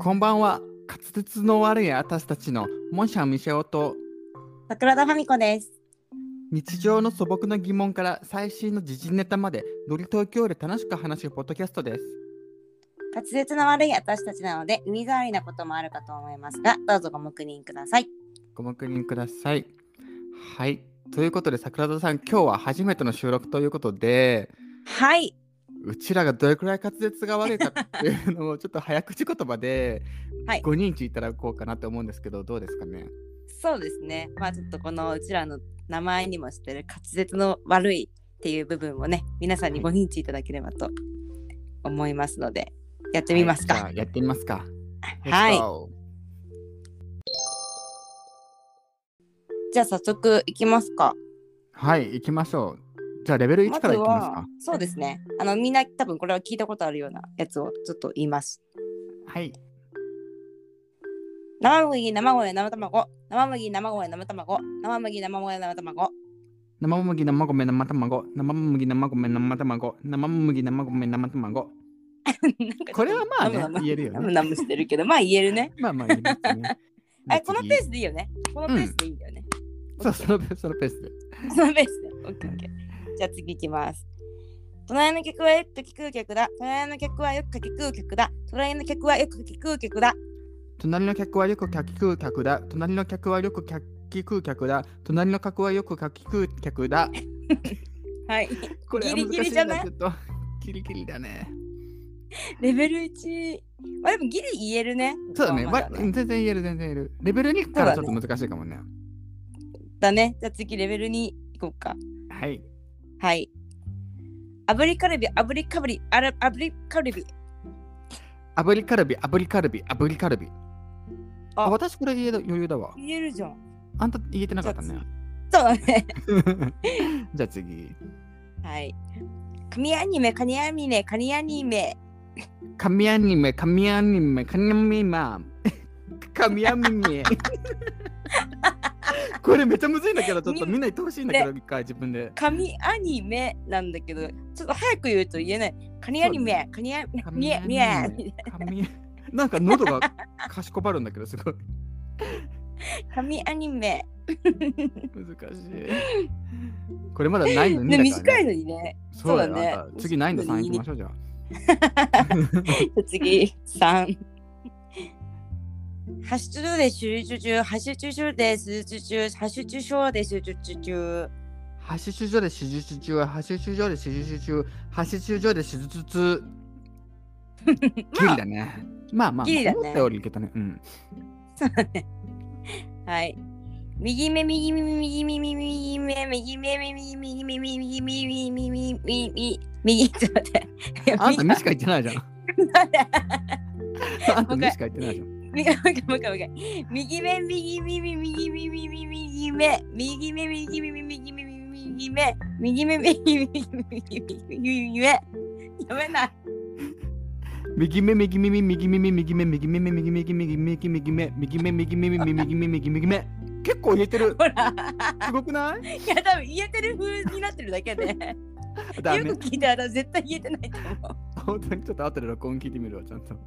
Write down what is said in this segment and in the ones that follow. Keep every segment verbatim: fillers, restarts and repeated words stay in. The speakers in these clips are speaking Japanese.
こんばんは。滑舌の悪い私たちのモンシャンミシェオと桜田ファミコです。 日常の素朴な疑問から最新の時事ネタまでノリ東京で楽しく話すポッドキャストです。 滑舌の悪い私たちなので耳障りなこともあるかと思いますが、どうぞご黙認ください。 ご黙認ください。はい。ということで桜田さん、今日は初めての収録ということで、 はい。 うちらがどれくらい滑舌が悪いかっていうのをちょっと早口言葉でご認知いただこうかなと思うんですけど、どうですかね。 そうですね。まあちょっとこのうちらの名前にもしてる滑舌の悪いっていう部分をね、皆さんにご認知いただければと思いますので、はい、やってみますか。 はい、じゃあやってみますか。 はい。じゃあ早速いきますか。 はい、行きましょう。じゃあレベルいちからいきますか。 そうですね。あのみんな多分これは聞いたことあるようなやつをちょっと言います。 はい。 生麦、生米、生卵。生麦、生米、生卵。生麦、生米、生卵。 生麦、生米、生卵。生麦、生米、生卵。生麦、生米、生卵。これはまあね、言えるよね。 ナムしてるけど、まあ言えるね。 まあまあ言えますね。 あ、このペースでいいよね。このペースでいいんだよね。 そう、そのペースで。 そのペースで。オッケーオッケー。じゃあ次いきます。隣の客はよく聞く客だ。隣の客はよく聞く客だ。隣の客はよく聞く客だ。 隣の客はよく聞く客だ。隣の客はよく聞く客だ。隣の客はよく聞く客だ。 はい。 これは難しいな。ギリギリじゃない？ちょっとギリギリだね。 レベルいち。まあでもギリ言えるね。 そうだね。まあ、全然言える、全然言える。レベルにからちょっと難しいかもね。 だね。じゃあ次レベルにいこうか。 はい。 はい。炙りカルビ、炙りカルビ、あら、炙りカルビ。 炙りカルビ、炙りカルビ、炙りカルビ。あ、私これ言える余裕だわ。 言えるじゃん。 あんた言えてなかったね。 そうだね。 じゃあ次。 はい。神アニメ、神アニメ、神アニメ。 神アニメ、神アニメ、神アニメ、神アニメ。これめっちゃむずいんだけど、ちょっとみんな言ってほしいんだけど、一回自分で。 神アニメなんだけど、ちょっと早く言うと言えない。神アニメ、神アニメ。 なんか喉がかしこばるんだけど、すごい。 神アニメ。 難しい。これまだないのに、 ね。短いのにね。 そうだね。次ないのさんいきましょうじゃあ。次さん。ハッシュ中で集中中、ハッシュ中で集中中、ハッシュ中で集中中。 ハッシュ中で集中中、ハッシュ中で集中中、ハッシュ中で集中中。ギリだね。まあまあ、 ギリだね。 思ったよりいけたね。うん。 そうだね。はい。右目、右目、右目、右目、右目、右目、右目、右目、右目、右目、右目、右、ちょっと待って。 あんたミしか言ってないじゃん。あんたミしか言ってないじゃん。 右目、右目、右目、右目、右目、右目、右目、右目、右目、右目、右目、右目、読めない。 右目、右耳、右耳、右目、右目、右目、右目、右目、右目、右目、右目、右目、右目、右目。結構言えてる。すごくない？ いや、多分言えてる風になってるだけで。よく聞いたら絶対言えてないと思う。 本当にちょっと後で録音聞いてみるわ、ちゃんと。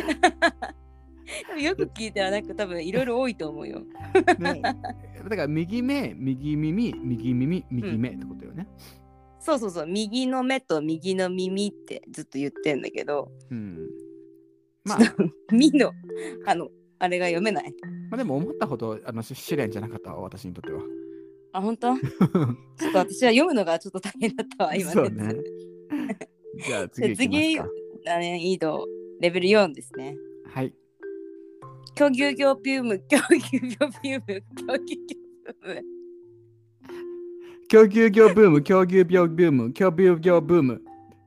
よく聞いたらなんか多分いろいろ多いと思うよ。 ね、だから右目、右耳、右耳、右目ってことよね。 うん、そうそうそう、右の目と右の耳ってずっと言ってんだけど、 うん、まあ、 みのあのあれが読めない。 まあでも思ったほどあの試練じゃなかったわ、私にとっては。 あ、本当？ちょっと私は読むのがちょっと大変だったわ、今。 そうね。じゃあ次行きますか。 次、難易度レベルよんですね。 はい。 供給業ビューム、供給業ビューム、供給業ブーム。 供給業ブーム、供給業ブーム、供給業ブーム。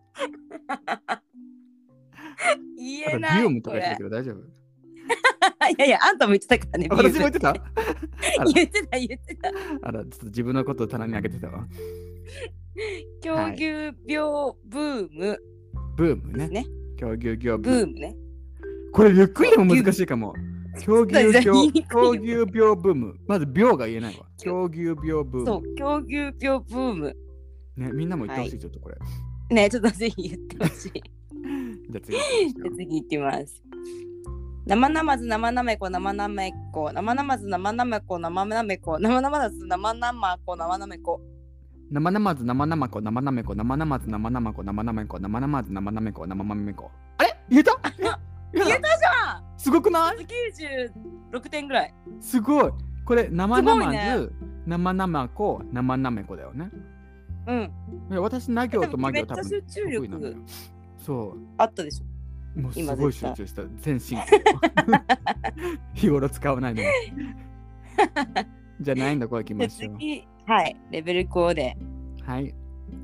言えない。 ビュームとか言ってたけど大丈夫？ いやいや、あんたも言ってたからね。 私も言ってた？ 言ってた、言ってた。 あら、ちょっと自分のことを棚にあげてたわ。 供給病ブーム。 ブームね。供給業ブームね。 これゆっくりでも難しいかも。供給病、供給病ブーム。まず病が言えないわ。供給病ブーム。 そう、供給病ブーム。 ね、みんなも言ってほしい、ちょっとこれ。 ね、ちょっとぜひ言ってほしい。 じゃあ次。 次いきます。 生なまず生なめこ生なめこ生なまず生なめこ生なめこ生なまず生なまこ生なめこ生なまず生なまこ生なめこ生なまず生なまこ生なめこ生なまず生なめこ生なめこ。あれ言えた言えたじゃん。 すごくない？ きゅうじゅうろくてんぐらい。 すごい。これ生なまず、 ね、 生なまこ生なめこだよね。 うん。 いや私な行とま行多分めっちゃ集中力そうあったでしょ。 もうすごい集中した。全神経。日頃使わないのに。じゃあないんだこれいきましょう。 次、はい、レベルごで。 はい。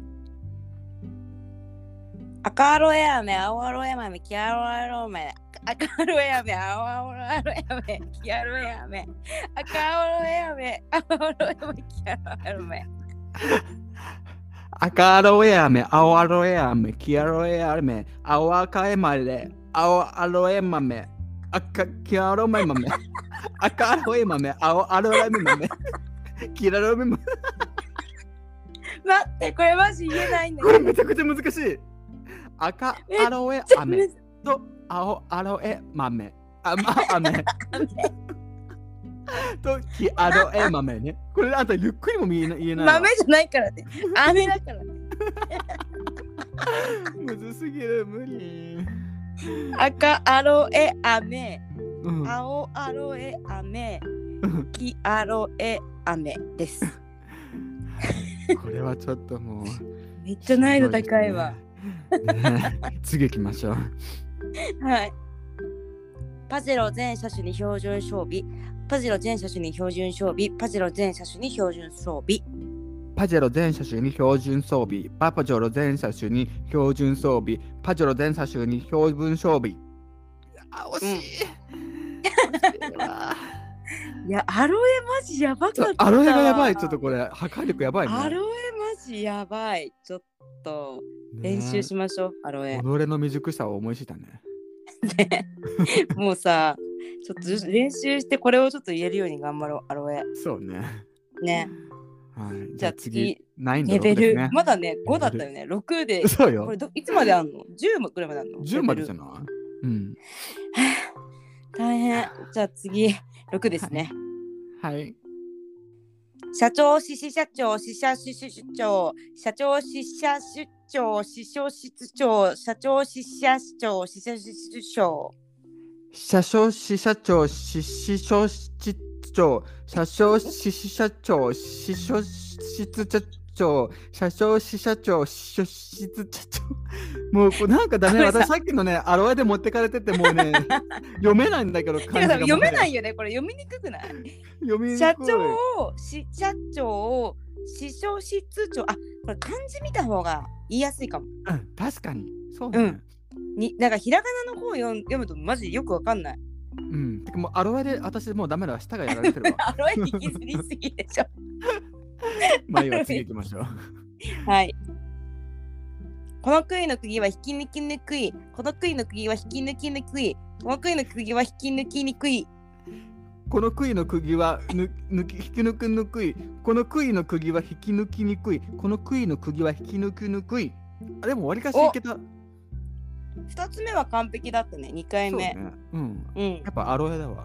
赤アロエアメ、青アロエマメ、黄アロエロメ、赤アロエアメ、青アロエメ、黄アロエアメ、赤アロエアメ、青アロエメ、黄アロエメ。 赤アロエアメ、青アロエアメ、黄アロエアメ、青赤エマレ、青アロエマメ、赤黄アロエマメ、赤アロエマメ、青アロエマメ、黄アロエマメ。 待って、これマジ言えないんだけど。これめちゃくちゃ難しい。赤アロエアメと青アロエ豆。あ、ま、飴。と黄アロエ豆ね。これあんたゆっくりも言えない。言えない豆じゃないからね。飴だからね。 むずすぎる、無理。 赤アロエ飴、 うん、 青アロエ飴、黄アロエ飴です。 これはちょっともうめっちゃ難易度高いわ。 ね、次行きましょう。 はい。パジェロ全車種に標準装備。パジェロ全車種に標準装備。パジェロ全車種に標準装備。 パジェロ全車種に標準装備。パパジェロ全車種に標準装備。パジェロ全車種に標準装備。あ、惜しい。 うん、いや、アロエマジやばかった。 アロエがやばい。ちょっとこれ、破壊力やばいね。 アロエマジやばい。ちょっと練習しましょう、ね、アロエ。 己の未熟さを思いしたね。 ねもうさ、ちょっと練習してこれをちょっと言えるように頑張ろう、アロエ。 そうね。 ね。 はい、 じゃあ次、 難易度ろくですね、レベル、まだね、ごだったよね。ろくで。 そうよ。 これどいつまであんの ?じゅう くらいまであんの ?じゅうまでじゃない。うん。 大変。じゃあ次、ろくですね。 はい。はい、 社長、支社長、支社出長、社長、支社出長、支所室長、社長、支社長、支社室長。 社長、支社長、支所室長、社長、支社長、支所室長、社長、支社長、支所室長。もうなんかダメ。私さっきのね、アロエで持ってかれててもうね、読めないんだけど、 漢字が読めないよね、これ読みにくくない？ 読みにくい。 社長、支社長、支所室長。あ、これ漢字見た方が言いやすいかも。 うん、確かに。そうね。うんになんかひらがなの方読む読むとマジでよくわかんない。 うん。てかもうアロエで私もうダメだ。舌がやられてるわ。 アロエ引きずりすぎでしょ。 まあいいわ、次行きましょう。 はい。この杭の釘は引き抜きにくい。この杭の釘は引き抜きにくい。この杭の釘は引き抜きにくい。 この杭の釘はぬ抜き引き抜くにくい。この杭の釘は引き抜きにくい。この杭の釘は引き抜きにくい。あ、でもわりかしいけた。 ふたつめは完璧だったね。にかいめ。 そうね、うん、 うん。 やっぱアロエだわ。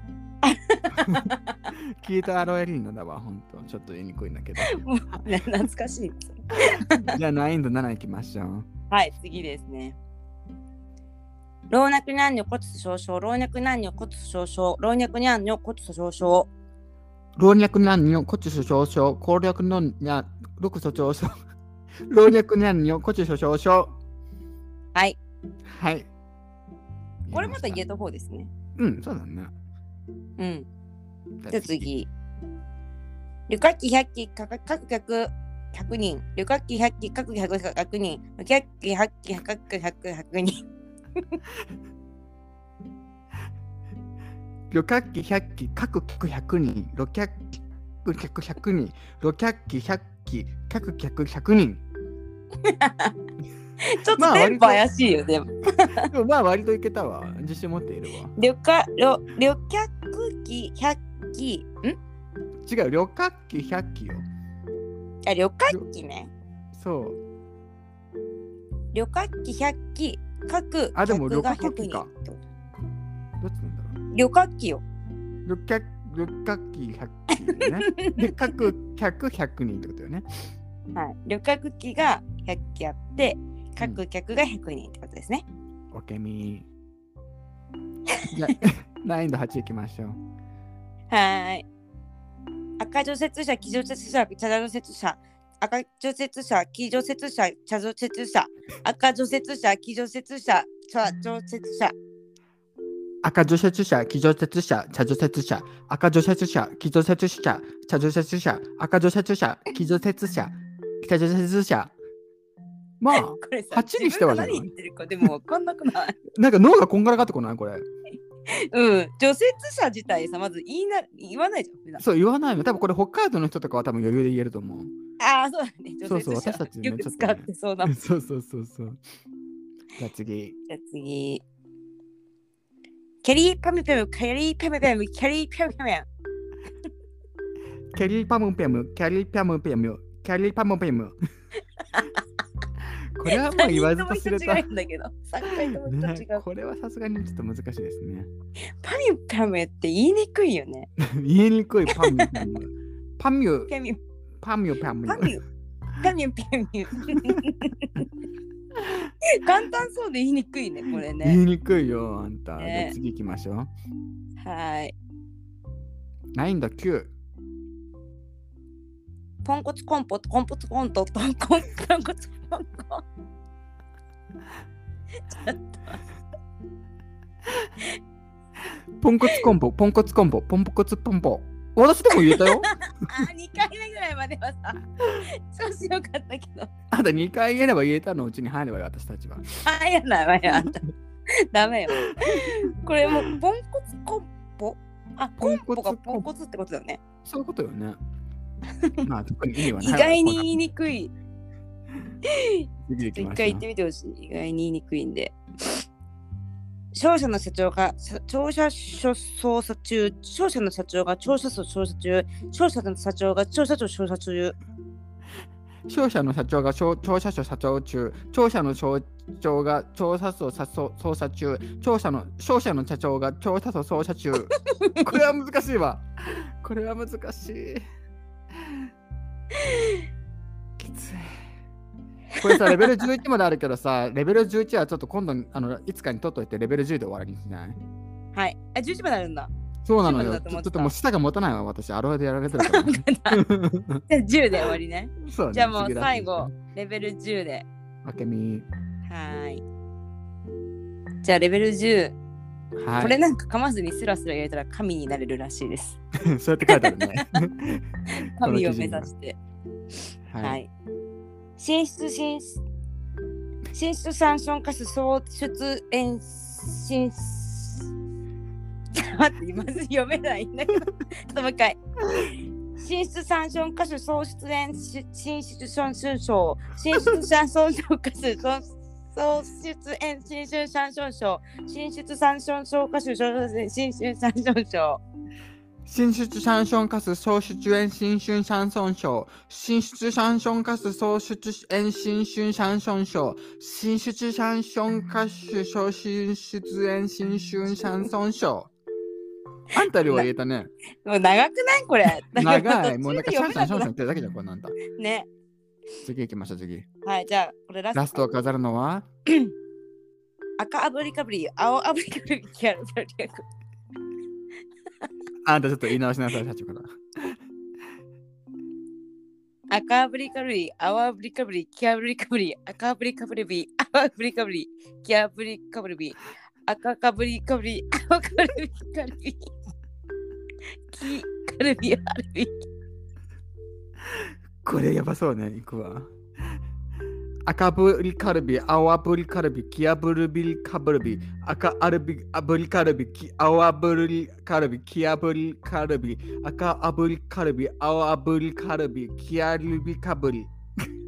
聞いたアロエリーナだわ、ほんと。ちょっと言いにくいんだけど。 ね、懐かしい。 じゃあ難易度なないきましょう。 はい、次ですね。老若男女骨粗しょう症、老若男女骨粗しょう症、老若男女骨粗しょう症。 老若男女骨粗しょう症、高略のや六粗しょう症。老若男女骨粗しょう症。 はい。 はい。 これまた言えた方ですね。 うん、そうだね。 うん。じゃあ次。旅客機ひゃっき、各客ひゃくにん。旅客機ひゃっき、各ひゃくにん。旅客機ひゃっき、各ひゃくにん。 旅客機ひゃっき、各客ひゃくにん。旅客機ひゃくにん。旅客機ひゃっき、各客ひゃくにん。 ちょっとテンポ怪しいよ、でも。 でもまあ割といけたわ。自信持っているわ。 旅客旅客機ひゃっき、ん？ 違う、旅客機ひゃっきよ。 あ、旅客機ね。 そう。 旅客機ひゃっき、各あ、でも旅客が客機か。 どっちなんだろう。 旅客機よ。 旅客旅客機ひゃく機ね。で、各客ひゃくにんってことよね。 はい。旅客機がひゃっきあって、各客がひゃくにんってことですね。 オッケーみー。じゃあ、難易度はちいきましょう。 はーい。赤除雪車、黄除雪車、茶除雪車。赤除雪車、黄除雪車、茶除雪車。赤除雪車、黄除雪車、茶除雪車。 赤除雪車、黄除雪車、茶除雪車。赤除雪車、黄除雪車、茶除雪車。赤除雪車、黄除雪車、茶除雪車。まあ、 これさ、 はちにしてはじゃない自分が何言ってるかでもわかんなくない？ なんか脳がこんがらがってこないこれ。 うん。除雪車自体さ、まず言いな言わないじゃん。普段そう言わないの。多分これ北海道の人とかは多分余裕で言えると思う。 ああ、そうだね。 そうそう、 除雪車私たちねよく使ってそうな。 そうそうそうそう。じゃあ次。 じゃあ次。キャリーパムペム、キャリーパムペム、キャリーパムペム。 キャリーパムペム、キャリーパムペム、キャリーパムペム。これはもう言わずと知れた。 違うんだけど、さんかいとも人違う。 ね、これはさすがにちょっと難しいですね。 パミュパムって言いにくいよね。 言いにくいパミュパム。パミュパミュパミュパミュ。 パミュパミュパミュ。簡単そうで言いにくいね、これね。 言いにくいよ、あんた。 ね、 じゃあ次行きましょう。 はい。 難易度きゅう。 ポンコツコンポコンポツコントトンコンポンコツポンコン。ちょっと。 ポンコツコンポ、ポンコツコンポ、ポンコツポンポ。私でも言えたよ。 あ、にかいめぐらいまではさ、調子よかったけど。 あんたにかい言えれば言えたのうちに入ればよ、私たちは。 あ、やないわよ、あんた。ダメよ。これもうポンコツコンポ。あ、コンポがポンコツってことだよね。 そういうことよね。まあ、特に意味はない。 意外に言いにくい。 一回言ってみてほしい。意外に言いにくいんで。商社の社長が調査書捜査中、商社の社長が調査書捜査中、商社の社長が調査書捜査中。 商社の社長が調査書社長中、調査の社長が調査書捜査中、調査の商社の社長が調査書捜査中。これは難しいわ。これは難しい。きつい。これさ、レベルじゅういちまであるけどさ、レベルじゅういちはちょっと今度あのいつかに取っといてレベルじゅうで終わりにしない？ はい。あ、じゅういちまであるんだ。 そうなのよ。ちょっともう舌が持たないわ、私。アロエでやられてるから、ね。 じゃあじゅうで終わりね。 そうね、 じゃあもう最後、レベルじゅうで。 あけみ。 はい。じゃあレベルじゅう。はい、これなんか噛まずにスラスラ入れたら神になれるらしいです。 そうやって書いてあるね。 神を目指して。はい。はい、進出進出進出サンションカス総出演進出待ってまず読めないんだけどちょっともう一回進出サンションカス総出演進出サンション賞進出サンションカス総出演新春三賞賞進出三賞賞歌手新春三賞賞進出シャンションカス総出演新春シャンソン賞進出シャンションカス総出演新春シャンソン賞進出シャンション歌手総進出演新春シャンソン賞。あんた量は言えたね。 もう長くないこれ。 長い。もうなんかシャンシャンシャンシャンってだけじゃんこれなんだ。 ね。 次行きましょう次。 はい、じゃあこれラスト。 ラストを飾るのは赤アブリカブリ、青アブリカブリ、黄アブリカブリ。 あんたちょっと言い直しなさい、社長から。 赤アブリカブリ、青アブリカブリ、黄アブリカブリ、赤アブリカブリビ、青アブリカブリ、黄アブリカブリビ、赤カブリカブリ、青カブリカブリ、黄カルビアルビ。 これやばそうね、いくわ。赤ブリカルビ、青アブリカルビ、黄アブリビリカブルビ、赤アルビアブリカルビ、青アブリカルビ、黄アブリカルビ、赤アブリカルビ、青アブリカルビ、黄アルビカブリ。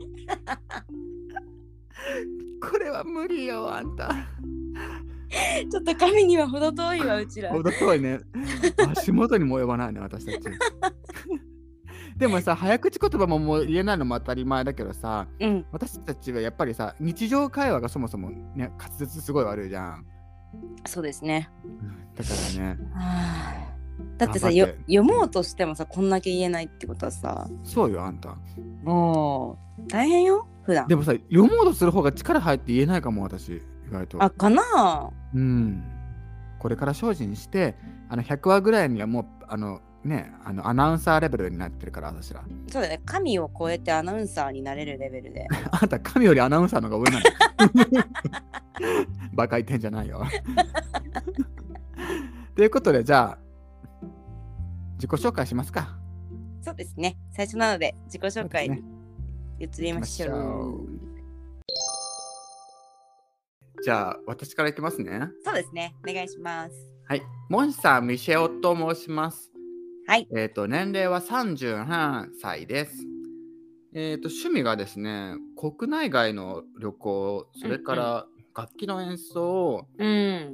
これは無理よ、あんた。 ちょっと神には程遠いわ、うちら。 程遠いね。足元にも及ばないね、私たち。でもさ、早口言葉ももう言えないのも当たり前だけどさ、 うん、 私たちはやっぱりさ、日常会話がそもそもね、滑舌すごい悪いじゃん。 そうですね。 だからね。 はあ、だってさよ読もうとしてもさこんだけ言えないってことはさ。 そうよあんた。 もう大変よ普段。 でもさ読もうとする方が力入って言えないかも私意外と。 あかな。 うん。これから精進してあのひゃくわぐらいにはもうあのねあのアナウンサーレベルになってるから私ら。 そうだね。神を超えてアナウンサーになれるレベルで。 あんた神よりアナウンサーの方が上なの。バカ言ってんじゃないよ。ということでじゃあ自己紹介しますか。 そうですね。最初なので自己紹介に移りましょう。 ょうじゃあ私からいきますね。 そうですね。お願いします。 はい。モンサーミシェオと申します。 はい。 えっ、ー、と年齢はさんじゅうななさいです。えっ、ー、と趣味がですね国内外の旅行、それから楽器の演奏、 うん、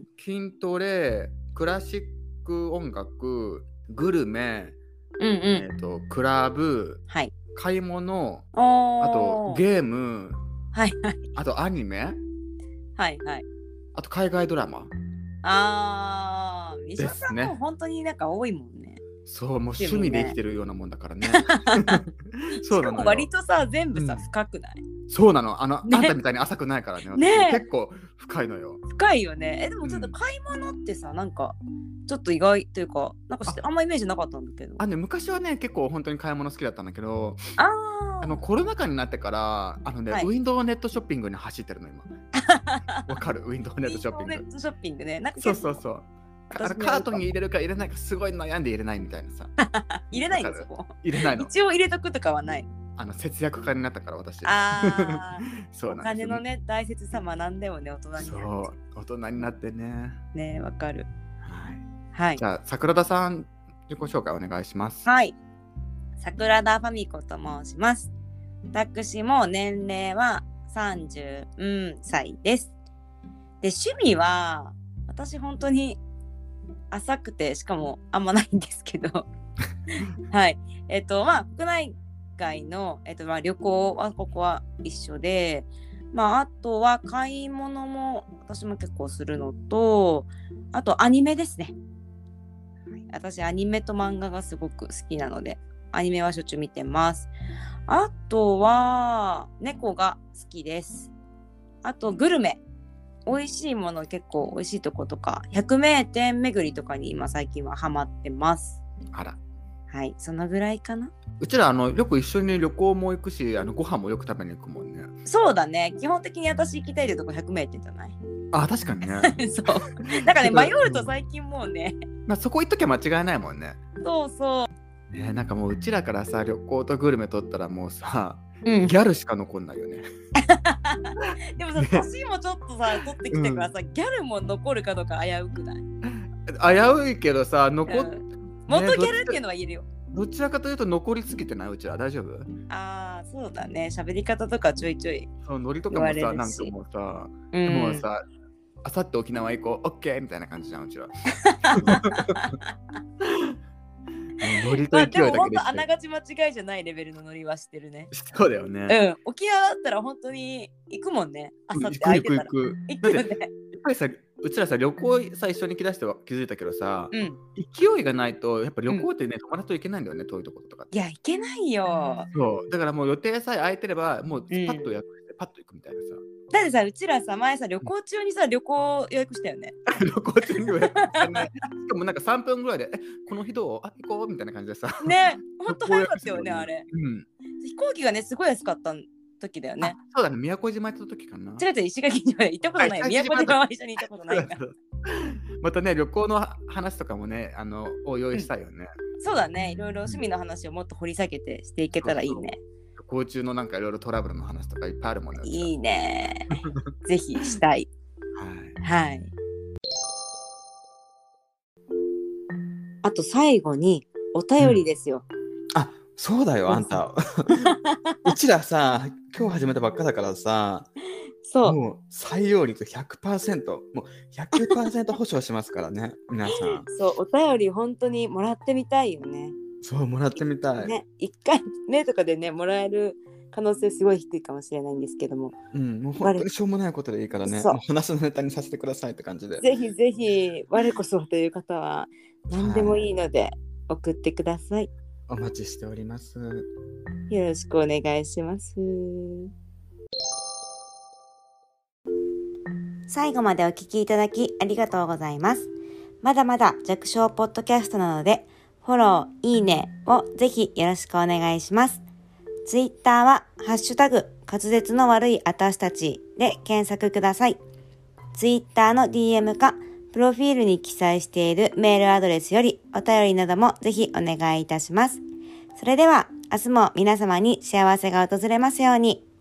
筋トレ、クラシック音楽、グルメ、 うんうん、 えーとクラブ、 はい、 買い物、 おあとゲーム、 はいはい、 あとアニメ、 はいはい、 あと海外ドラマ。 あー、西尾さんですねも本当になんか多いもんね。 そう、もう趣味で生きてるようなもんだからね。 そうなのよ。しかも割とさ、全部さ、 うん深くない？ そうなの。あの、 ね、 あんたみたいに浅くないからね。 ね結構深いのよ。 深いよね。え、でもちょっと買い物ってさ、うん、なんかちょっと意外というか、なんかあんまイメージなかったんだけど。 あ、ね、昔はね、結構本当に買い物好きだったんだけど、 ああのコロナ禍になってから、あのね、はい、ウィンドウネットショッピングに走ってるの今。わかる？ウィンドウネットショッピング。 ウィンドウネットショッピングね。なんかそうそうそう。あのカートに入れるか入れないかすごい悩んで入れないみたいなさ。 入れないんですよ。 入れないの。 一応入れとくとかはない。 あの節約家になったから私。 あそうなんです、 ね、お金のね大切さ学んでもね大人になって。 そう大人になってね。 ねわかる。 はい。 はい。 じゃあ桜田さん自己紹介お願いします。 はい。桜田ファミコと申します。私も年齢はさんじゅうさいです。で趣味は私本当に浅くてしかもあんまないんですけどはいえっ、ー、とまあ国内外の、えーとまあ、旅行はここは一緒で、まあ、あとは買い物も私も結構するのとあとアニメですね。私アニメと漫画がすごく好きなのでアニメはしょっちゅう見てます。あとは猫が好きです。あとグルメ美味しいもの結構美味しいとことか百名店巡りとかに今最近はハマってます。 あらはいそのぐらいかな。 うちらあのよく一緒に旅行も行くしあのご飯もよく食べに行くもんね。 そうだね基本的に私行きたいというとこ百名店じゃない？ あ確かにね。 そうだからね迷うと最近もうねまあそこ行っときゃ間違いないもんね。 そうそうねなんかもううちらからさ旅行とグルメ取ったらもうさ、うん、ギャルしか残んないよね。 でもさ、年もちょっとさ、取ってきてからさ、うん、ギャルも残るかどうか危うくない？ 危ういけどさ、残っ、うん、 元ギャルっていうのは言えるよ。 どちらかというと残りすぎてない？うちら大丈夫？ ああ、そうだね。喋り方とかちょいちょい。 そう、ノリとかもさ、なんかもうさ、うん、もうさ、あさって沖縄行こう、オッケーみたいな感じじゃん、うちら。ノリと勢いだけで、 まあ、でも本当あながち間違いじゃないレベルのノリはしてるね。 そうだよね。 うん。沖縄だったら本当に行くもんね。あさって空いてたら。 行く行く行く。行くよね。 やっぱりさ、うちらさ旅行さ一緒に来だして気づいたけどさ、 うん、 勢いがないとやっぱ旅行ってね、うん、友達と行けないんだよね遠いところとか。 いや行けないよ。 そうだからもう予定さえ空いてればもうパッと予約して、うん、パッと行くみたいなさ。 だってさうちらさ前さ旅行中にさ旅行予約したよね。 旅行中に予約したね。しかもなんかさんぷんぐらいでえこの日どうあ行こうみたいな感じでさ。 ねほんと早かったよねあれ、 うん。 飛行機がねすごい安かった時だよね。 そうだね宮古島行った時かな。 違う違う石垣島行ったことないよ。宮古島は一緒に行ったことないから。 またね旅行の話とかもねあのを用意したいよね、 うん、そうだねいろいろ趣味の話をもっと掘り下げてしていけたらいいね。 旅行中のなんかいろいろトラブルの話とかいっぱいあるもんね。 いいねぜひしたい。はい、はい、あと最後にお便りですよ、 うん、あそうだよあんたうちらさ今日始めたばっかだからさそうもう採用率 ひゃくパーセント もう ひゃくパーセント 保証しますからね皆さん。 そうお便り本当にもらってみたいよね。 そうもらってみたいねいっかい目とかでねもらえる可能性すごい低いかもしれないんですけども、 うん、もう本当にしょうもないことでいいからね、 そうもう話のネタにさせてくださいって感じで。 ぜひぜひ我こそという方は何でもはいいので送ってください。 お待ちしております。 よろしくお願いします。最後までお聞きいただきありがとうございます。まだまだ弱小ポッドキャストなので、フォロー、いいねをぜひよろしくお願いします。ツイッターはハッシュタグ滑舌の悪いあたしたちで検索ください。ツイッターの ディーエム かプロフィールに記載しているメールアドレスよりお便りなどもぜひお願いいたします。それでは明日も皆様に幸せが訪れますように。